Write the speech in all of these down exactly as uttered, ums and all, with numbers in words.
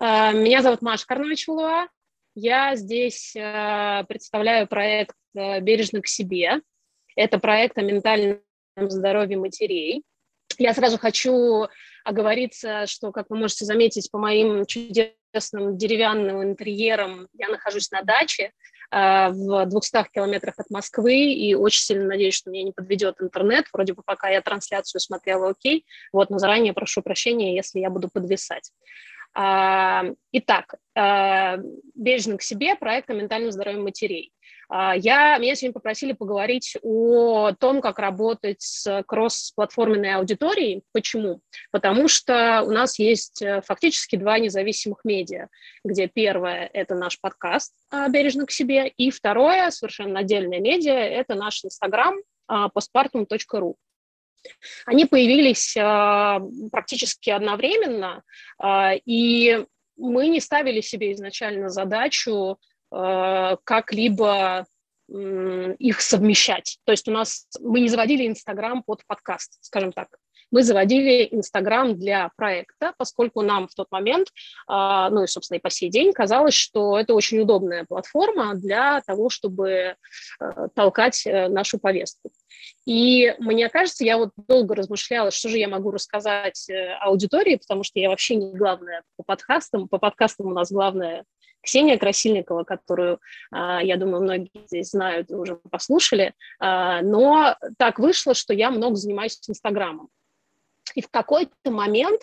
Меня зовут Маша Карнович-Валуа. Я здесь представляю проект «Бережно к себе». Это проект о ментальном здоровье матерей. Я сразу хочу оговориться, что, как вы можете заметить по моим чудесным деревянным интерьерам, я нахожусь на даче в двухстах километрах от Москвы, и очень сильно надеюсь, что меня не подведет интернет. Вроде бы пока я трансляцию смотрела окей, вот, но заранее прошу прощения, если я буду подвисать. Итак, «Бережно к себе» – проект о ментальном здоровье матерей. Я, меня сегодня попросили поговорить о том, как работать с кросс-платформенной аудиторией. Почему? Потому что у нас есть фактически два независимых медиа, где первое – это наш подкаст «Бережно к себе», и второе, совершенно отдельное медиа – это наш Инстаграм постпартум точка ру. Они появились э, практически одновременно, э, и мы не ставили себе изначально задачу э, как-либо э, их совмещать. То есть у нас мы не заводили Инстаграм под подкаст, скажем так. Мы заводили Инстаграм для проекта, поскольку нам в тот момент, э, ну и, собственно, и по сей день казалось, что это очень удобная платформа для того, чтобы э, толкать э, нашу повестку. И мне кажется, я вот долго размышляла, что же я могу рассказать аудитории, потому что я вообще не главная по подкастам. По подкастам у нас главная Ксения Красильникова, которую, я думаю, многие здесь знают и уже послушали. Но так вышло, что я много занимаюсь Инстаграмом. И в какой-то момент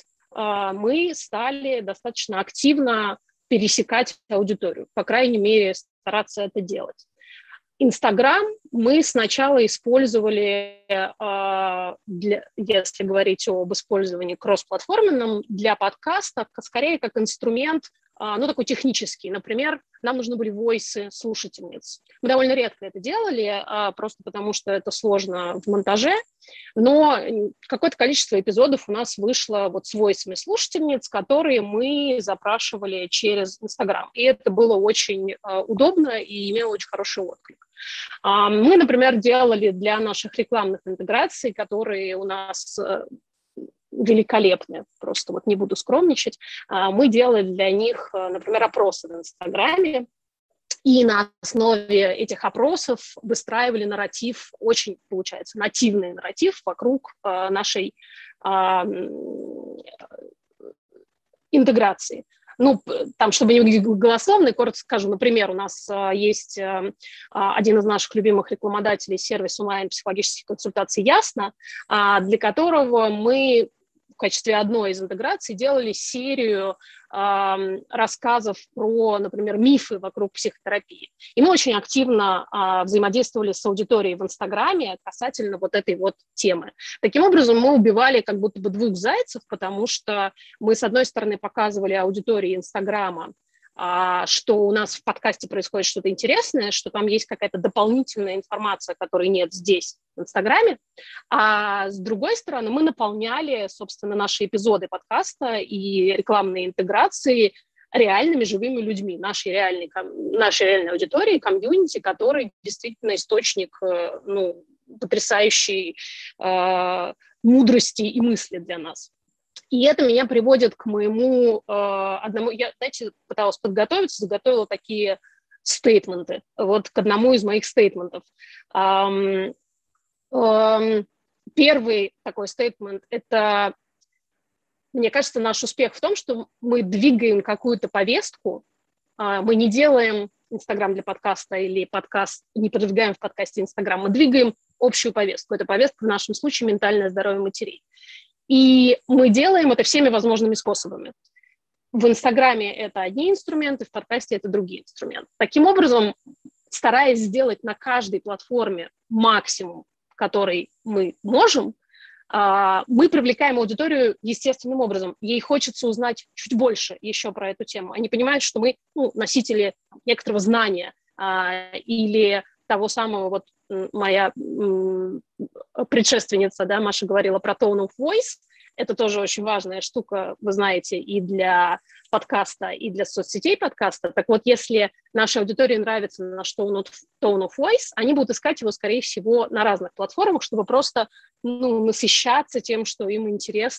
мы стали достаточно активно пересекать аудиторию, по крайней мере, стараться это делать. Инстаграм мы сначала использовали, э, для, если говорить об использовании кросс-платформенном, для подкаста, скорее как инструмент, э, ну, такой технический. Например, нам нужны были войсы слушательниц. Мы довольно редко это делали, э, просто потому что это сложно в монтаже, но какое-то количество эпизодов у нас вышло вот с войсами слушательниц, которые мы запрашивали через Инстаграм. И это было очень э, удобно и имело очень хороший отклик. Мы, например, делали для наших рекламных интеграций, которые у нас великолепны, просто вот не буду скромничать, мы делали для них, например, опросы в Инстаграме, и на основе этих опросов выстраивали нарратив, очень, получается, нативный нарратив вокруг нашей интеграции. Ну, там, чтобы не быть голословной, коротко скажу, например, у нас э, есть э, один из наших любимых рекламодателей, сервис онлайн-психологических консультаций «Ясно», э, для которого мы в качестве одной из интеграций делали серию э, рассказов про, например, мифы вокруг психотерапии. И мы очень активно э, взаимодействовали с аудиторией в Инстаграме касательно вот этой вот темы. Таким образом, мы убивали как будто бы двух зайцев, потому что мы, с одной стороны, показывали аудитории Инстаграма, что у нас в подкасте происходит что-то интересное, что там есть какая-то дополнительная информация, которой нет здесь, в Инстаграме. А с другой стороны, мы наполняли, собственно, наши эпизоды подкаста и рекламные интеграции реальными живыми людьми, нашей реальной, нашей реальной аудитории, комьюнити, который действительно источник, ну, потрясающей э, мудрости и мысли для нас. И это меня приводит к моему э, одному... Я, знаете, пыталась подготовиться, заготовила такие стейтменты. Вот к одному из моих стейтментов. Эм, эм, первый такой стейтмент – это, мне кажется, наш успех в том, что мы двигаем какую-то повестку, э, мы не делаем Инстаграм для подкаста или подкаст, не продвигаем в подкасте Инстаграм, мы двигаем общую повестку. Это повестка в нашем случае «Ментальное здоровье матерей». И мы делаем это всеми возможными способами. В Инстаграме это одни инструменты, в подкасте это другие инструменты. Таким образом, стараясь сделать на каждой платформе максимум, который мы можем, мы привлекаем аудиторию естественным образом. Ей хочется узнать чуть больше еще про эту тему. Они понимают, что мы, ну, носители некоторого знания или того самого, вот моя предшественница, да, Маша говорила про tone of voice. Это тоже очень важная штука, вы знаете, и для подкаста, и для соцсетей подкаста. Так вот, если нашей аудитории нравится наш tone of voice, они будут искать его, скорее всего, на разных платформах, чтобы просто, ну, насыщаться тем, что им интересно,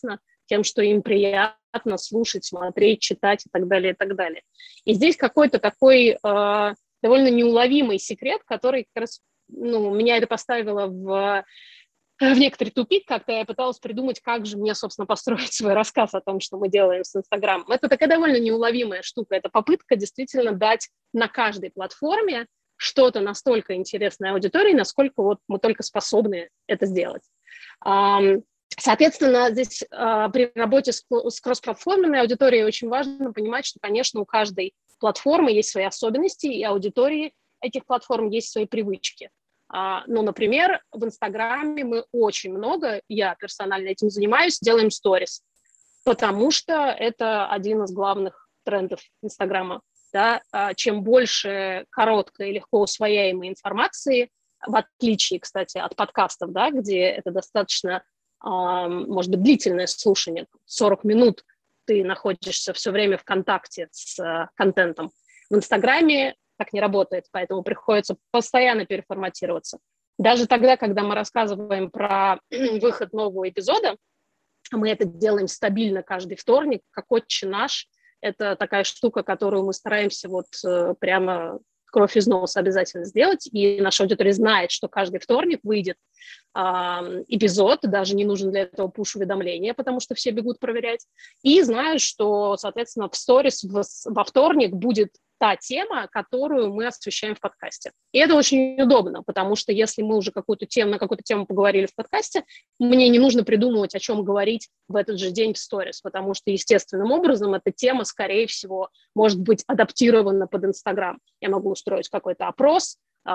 тем, что им приятно слушать, смотреть, читать и так далее, и так далее. И здесь какой-то такой э, довольно неуловимый секрет, который как раз, ну, меня это поставило в, в некоторый тупик, как-то я пыталась придумать, как же мне, собственно, построить свой рассказ о том, что мы делаем с Инстаграмом. Это такая довольно неуловимая штука, это попытка действительно дать на каждой платформе что-то настолько интересное аудитории, насколько вот мы только способны это сделать. Соответственно, здесь э, при работе с, с кроссплатформенной аудиторией очень важно понимать, что, конечно, у каждой платформы есть свои особенности, и аудитории этих платформ есть свои привычки. А, ну, например, в Инстаграме мы очень много, я персонально этим занимаюсь, делаем сторис, потому что это один из главных трендов Инстаграма. Да? А, чем больше короткой и легко усвояемой информации, в отличие, кстати, от подкастов, да, где это достаточно... может быть, длительное слушание, сорок минут ты находишься все время в контакте с uh, контентом. В Инстаграме так не работает, поэтому приходится постоянно переформатироваться. Даже тогда, когда мы рассказываем про выход нового эпизода, мы это делаем стабильно каждый вторник, как отче наш. Это такая штука, которую мы стараемся вот uh, прямо кровь из носа обязательно сделать, и наша аудитория знает, что каждый вторник выйдет э, эпизод, даже не нужен для этого пуш-уведомления, потому что все бегут проверять, и знают, что, соответственно, в сторис во вторник будет та тема, которую мы освещаем в подкасте. И это очень удобно, потому что если мы уже какую-то тему, на какую-то тему поговорили в подкасте, мне не нужно придумывать, о чем говорить в этот же день в сторис, потому что естественным образом эта тема, скорее всего, может быть адаптирована под Инстаграм. Я могу устроить какой-то опрос,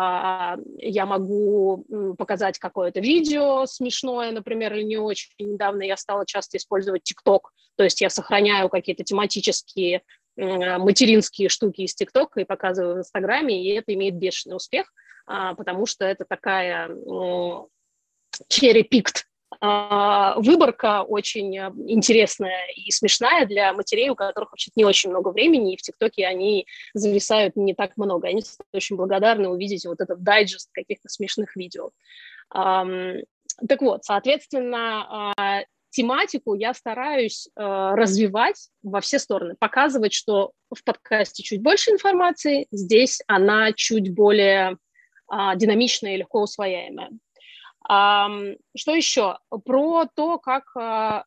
я могу показать какое-то видео смешное, например, или не очень. Недавно я стала часто использовать ТикТок, то есть я сохраняю какие-то тематические материнские штуки из ТикТока и показываю в Инстаграме, и это имеет бешеный успех, потому что это такая cherry-picked выборка, очень интересная и смешная для матерей, у которых вообще не очень много времени, и в ТикТоке они зависают не так много. Они очень благодарны увидеть вот этот дайджест каких-то смешных видео. Так вот, соответственно, тематику я стараюсь э, развивать во все стороны, показывать, что в подкасте чуть больше информации, здесь она чуть более э, динамичная и легко усвояемая. А, что еще? Про то, как э,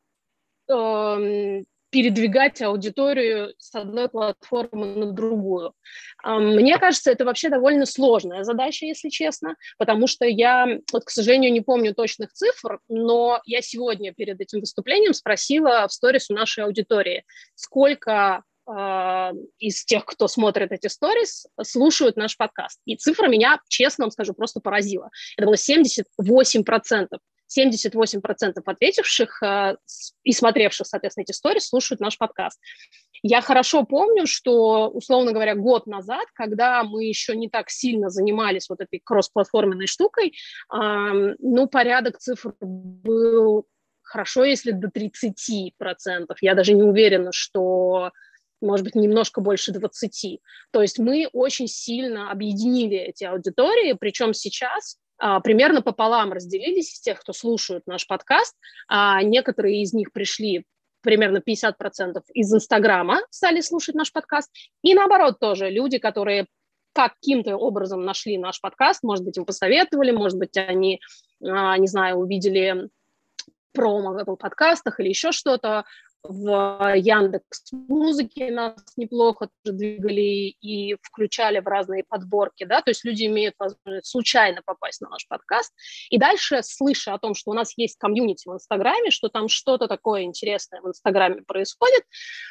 э, передвигать аудиторию с одной платформы на другую. Мне кажется, это вообще довольно сложная задача, если честно, потому что я, вот, к сожалению, не помню точных цифр, но я сегодня перед этим выступлением спросила в сторис у нашей аудитории, сколько э, из тех, кто смотрит эти сторис, слушают наш подкаст. И цифра меня, честно вам скажу, просто поразила. Это было семьдесят восемь процентов. семьдесят восемь процентов ответивших э, и смотревших, соответственно, эти сторис слушают наш подкаст. Я хорошо помню, что, условно говоря, год назад, когда мы еще не так сильно занимались вот этой кроссплатформенной штукой, э, ну, порядок цифр был хорошо, если до тридцати процентов. Я даже не уверена, что, может быть, немножко больше двадцати. То есть мы очень сильно объединили эти аудитории, причем сейчас примерно пополам разделились из тех, кто слушает наш подкаст. А некоторые из них пришли, примерно пятьдесят процентов из Инстаграма стали слушать наш подкаст. И наоборот тоже люди, которые каким-то образом нашли наш подкаст, может быть, им посоветовали, может быть, они, не знаю, увидели промо в Apple подкастах или еще что-то. В Яндекс.Музыке нас неплохо тоже двигали и включали в разные подборки, да, то есть люди имеют возможность случайно попасть на наш подкаст, и дальше, слыша о том, что у нас есть комьюнити в Инстаграме, что там что-то такое интересное в Инстаграме происходит,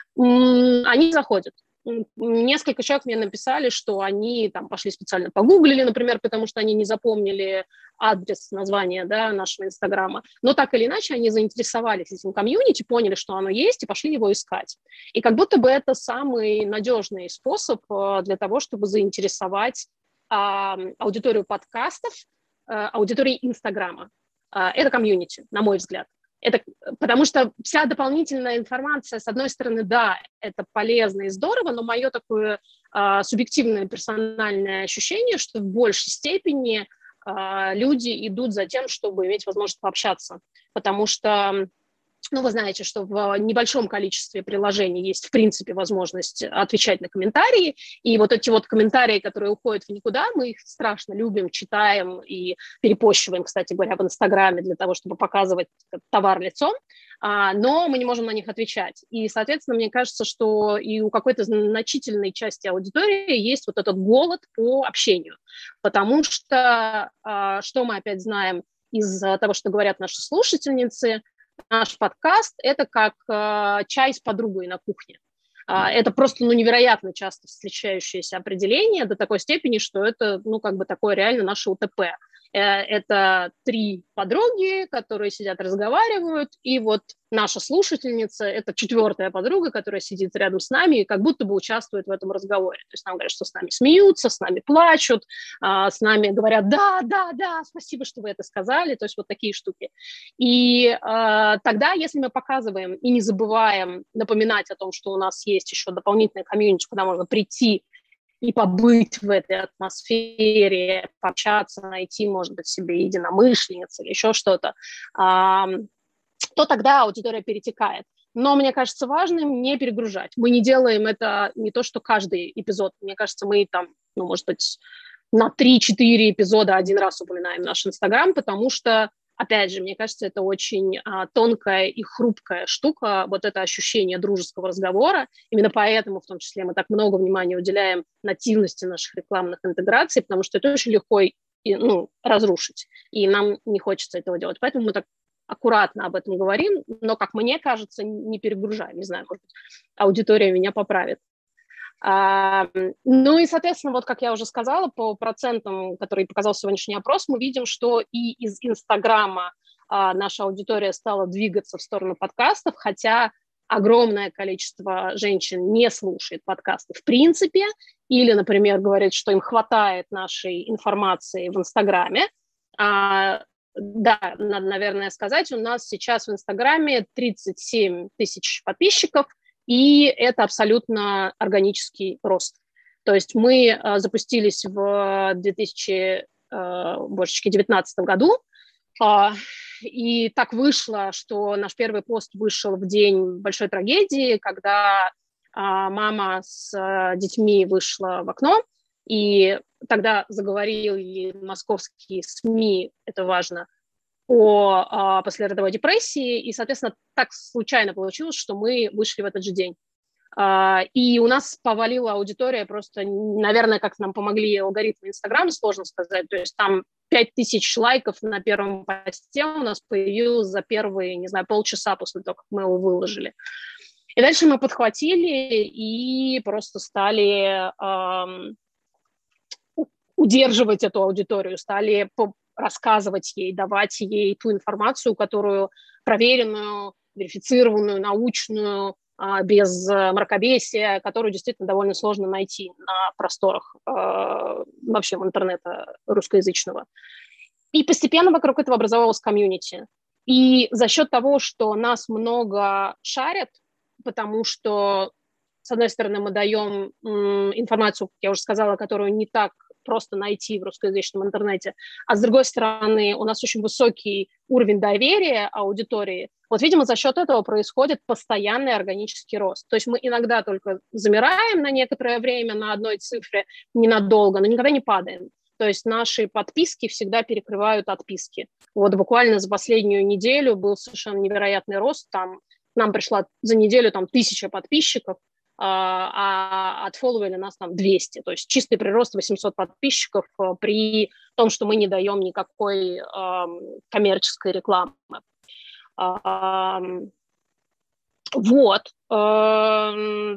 они заходят. Несколько человек мне написали, что они там пошли специально погуглили, например, потому что они не запомнили адрес, название, да, нашего Инстаграма. Но так или иначе они заинтересовались этим комьюнити, поняли, что оно есть, и пошли его искать. И как будто бы это самый надежный способ для того, чтобы заинтересовать а, аудиторию подкастов, а, аудиторией Инстаграма. А, это комьюнити, на мой взгляд. Это, потому что вся дополнительная информация, с одной стороны, да, это полезно и здорово, но мое такое а, субъективное персональное ощущение, что в большей степени а, люди идут за тем, чтобы иметь возможность пообщаться, потому что Ну, вы знаете, что в небольшом количестве приложений есть, в принципе, возможность отвечать на комментарии, и вот эти вот комментарии, которые уходят в никуда, мы их страшно любим, читаем и перепощиваем, кстати говоря, в Инстаграме для того, чтобы показывать товар лицом, а, но мы не можем на них отвечать. И, соответственно, мне кажется, что и у какой-то значительной части аудитории есть вот этот голод по общению, потому что, а, что мы опять знаем из того, что говорят наши слушательницы, наш подкаст – это как э, чай с подругой на кухне. Э, это просто ну, невероятно часто встречающееся определение до такой степени, что это ну, как бы такое реально наше УТП. Э, это три подруги, которые сидят, разговаривают, и вот наша слушательница – это четвертая подруга, которая сидит рядом с нами и как будто бы участвует в этом разговоре. То есть нам говорят, что с нами смеются, с нами плачут, э, с нами говорят «да, да, да, спасибо, что вы это сказали», то есть вот такие штуки. И э, тогда, если мы показываем и не забываем напоминать о том, что у нас есть еще дополнительная комьюнити, куда можно прийти и побыть в этой атмосфере, пообщаться, найти, может быть, себе единомышленниц или еще что-то, то тогда аудитория перетекает. Но мне кажется важным не перегружать. Мы не делаем это не то, что каждый эпизод. Мне кажется, мы там, ну, может быть, на три-четыре эпизода один раз упоминаем наш Инстаграм, потому что, опять же, мне кажется, это очень а, тонкая и хрупкая штука, вот это ощущение дружеского разговора. Именно поэтому, в том числе, мы так много внимания уделяем нативности наших рекламных интеграций, потому что это очень легко и, ну, разрушить, и нам не хочется этого делать. Поэтому мы так аккуратно об этом говорим, но, как мне кажется, не перегружаем. Не знаю, может быть, аудитория меня поправит. А, ну и, соответственно, вот как я уже сказала, по процентам, которые показал сегодняшний опрос, мы видим, что и из Инстаграма а, наша аудитория стала двигаться в сторону подкастов, хотя огромное количество женщин не слушает подкасты в принципе, или, например, говорит, что им хватает нашей информации в Инстаграме. А, да, надо, наверное, сказать, у нас сейчас в Инстаграме тридцать семь тысяч подписчиков, и это абсолютно органический рост. То есть мы э, запустились в две тысячи девятнадцатом году, э, и так вышло, что наш первый пост вышел в день большой трагедии, когда э, мама с э, детьми вышла в окно, и тогда заговорили московские СМИ, это важно, о, о послеродовой депрессии, и, соответственно, так случайно получилось, что мы вышли в этот же день. А, и у нас повалила аудитория просто, наверное, как нам помогли алгоритмы Инстаграма, сложно сказать, то есть там пять тысяч лайков на первом посте у нас появилось за первые, не знаю, полчаса после того, как мы его выложили. И дальше мы подхватили и просто стали эм, удерживать эту аудиторию, стали по рассказывать ей, давать ей ту информацию, которую проверенную, верифицированную, научную, без мракобесия, которую действительно довольно сложно найти на просторах э, вообще интернета русскоязычного. И постепенно вокруг этого образовалась комьюнити. И за счет того, что нас много шарят, потому что, с одной стороны, мы даем м, информацию, как я уже сказала, которую не так просто найти в русскоязычном интернете, а с другой стороны, у нас очень высокий уровень доверия аудитории. Вот, видимо, за счет этого происходит постоянный органический рост. То есть мы иногда только замираем на некоторое время на одной цифре, ненадолго, но никогда не падаем. То есть наши подписки всегда перекрывают отписки. Вот буквально за последнюю неделю был совершенно невероятный рост. Там к нам пришла за неделю там, тысяча подписчиков, а отфолловили нас там двести. То есть чистый прирост восемьсот подписчиков при том, что мы не даем никакой э, коммерческой рекламы. Э, вот. Э,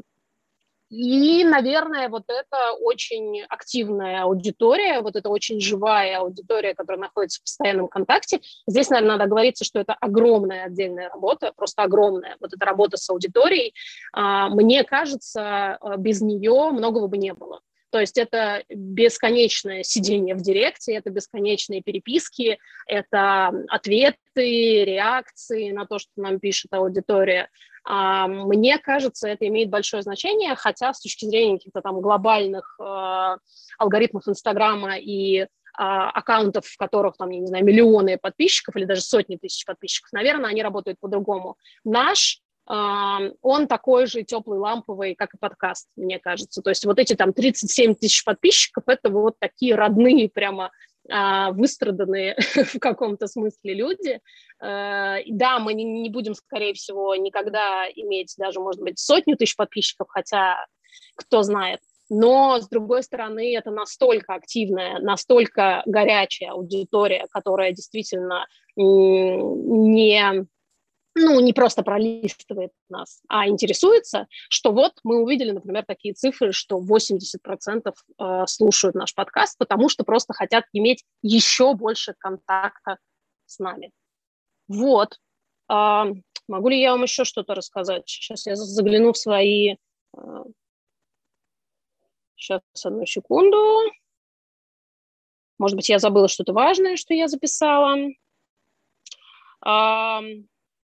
и, наверное, вот это очень активная аудитория, вот это очень живая аудитория, которая находится в постоянном контакте. Здесь, наверное, надо говориться, что это огромная отдельная работа, просто огромная. Вот эта работа с аудиторией, мне кажется, без нее многого бы не было. То есть это бесконечное сидение в директе, это бесконечные переписки, это ответы, реакции на то, что нам пишет аудитория. Мне кажется, это имеет большое значение, хотя с точки зрения каких-то там глобальных э, алгоритмов Инстаграма и а, аккаунтов, в которых, там, я не знаю, миллионы подписчиков или даже сотни тысяч подписчиков, наверное, они работают по-другому. Наш, а, он такой же теплый, ламповый, как и подкаст, мне кажется. То есть вот эти там тридцать семь тысяч подписчиков, это вот такие родные прямо выстраданные в каком-то смысле люди. Да, мы не будем, скорее всего, никогда иметь даже, может быть, сотню тысяч подписчиков, хотя кто знает. Но, с другой стороны, это настолько активная, настолько горячая аудитория, которая действительно не... ну, не просто пролистывает нас, а интересуется, что вот мы увидели, например, такие цифры, что восемьдесят процентов э, слушают наш подкаст, потому что просто хотят иметь еще больше контакта с нами. Вот. Э, могу ли я вам еще что-то рассказать? Сейчас я загляну в свои... Э, сейчас, одну секунду. Может быть, я забыла что-то важное, что я записала. Э,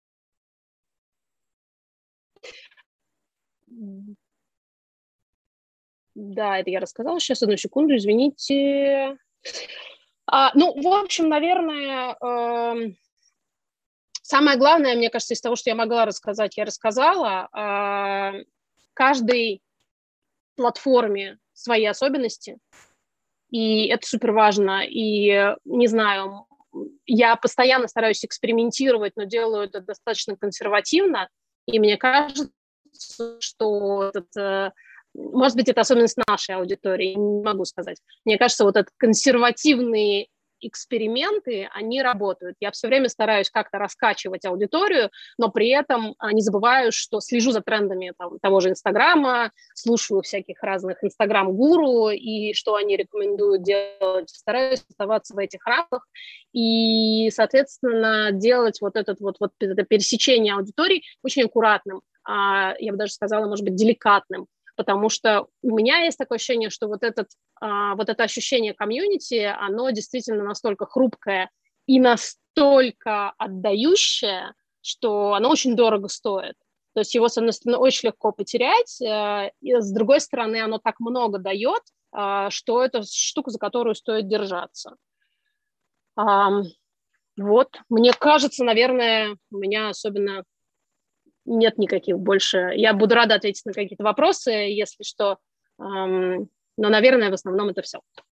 Да, это я рассказала. Сейчас, одну секунду, извините. А, ну, в общем, наверное, э, самое главное, мне кажется, из того, что я могла рассказать, я рассказала. Э, каждой платформе свои особенности, и это супер важно. И, не знаю, я постоянно стараюсь экспериментировать, но делаю это достаточно консервативно, и мне кажется, что этот... Может быть, это особенность нашей аудитории, не могу сказать. Мне кажется, вот этот консервативные эксперименты, они работают. Я все время стараюсь как-то раскачивать аудиторию, но при этом не забываю, что слежу за трендами там, того же Инстаграма, слушаю всяких разных Инстаграм-гуру, и что они рекомендуют делать. Стараюсь оставаться в этих рамках и, соответственно, делать вот, этот, вот, вот это пересечение аудиторий очень аккуратным, я бы даже сказала, может быть, деликатным. Потому что у меня есть такое ощущение, что вот, этот, а, вот это ощущение комьюнити, оно действительно настолько хрупкое и настолько отдающее, что оно очень дорого стоит. То есть его, с одной стороны, очень легко потерять, э, и с другой стороны, оно так много дает, э, что это штука, за которую стоит держаться. А, вот, мне кажется, наверное, у меня особенно... Нет никаких больше. Я буду рада ответить на какие-то вопросы, если что. Но, наверное, в основном это все.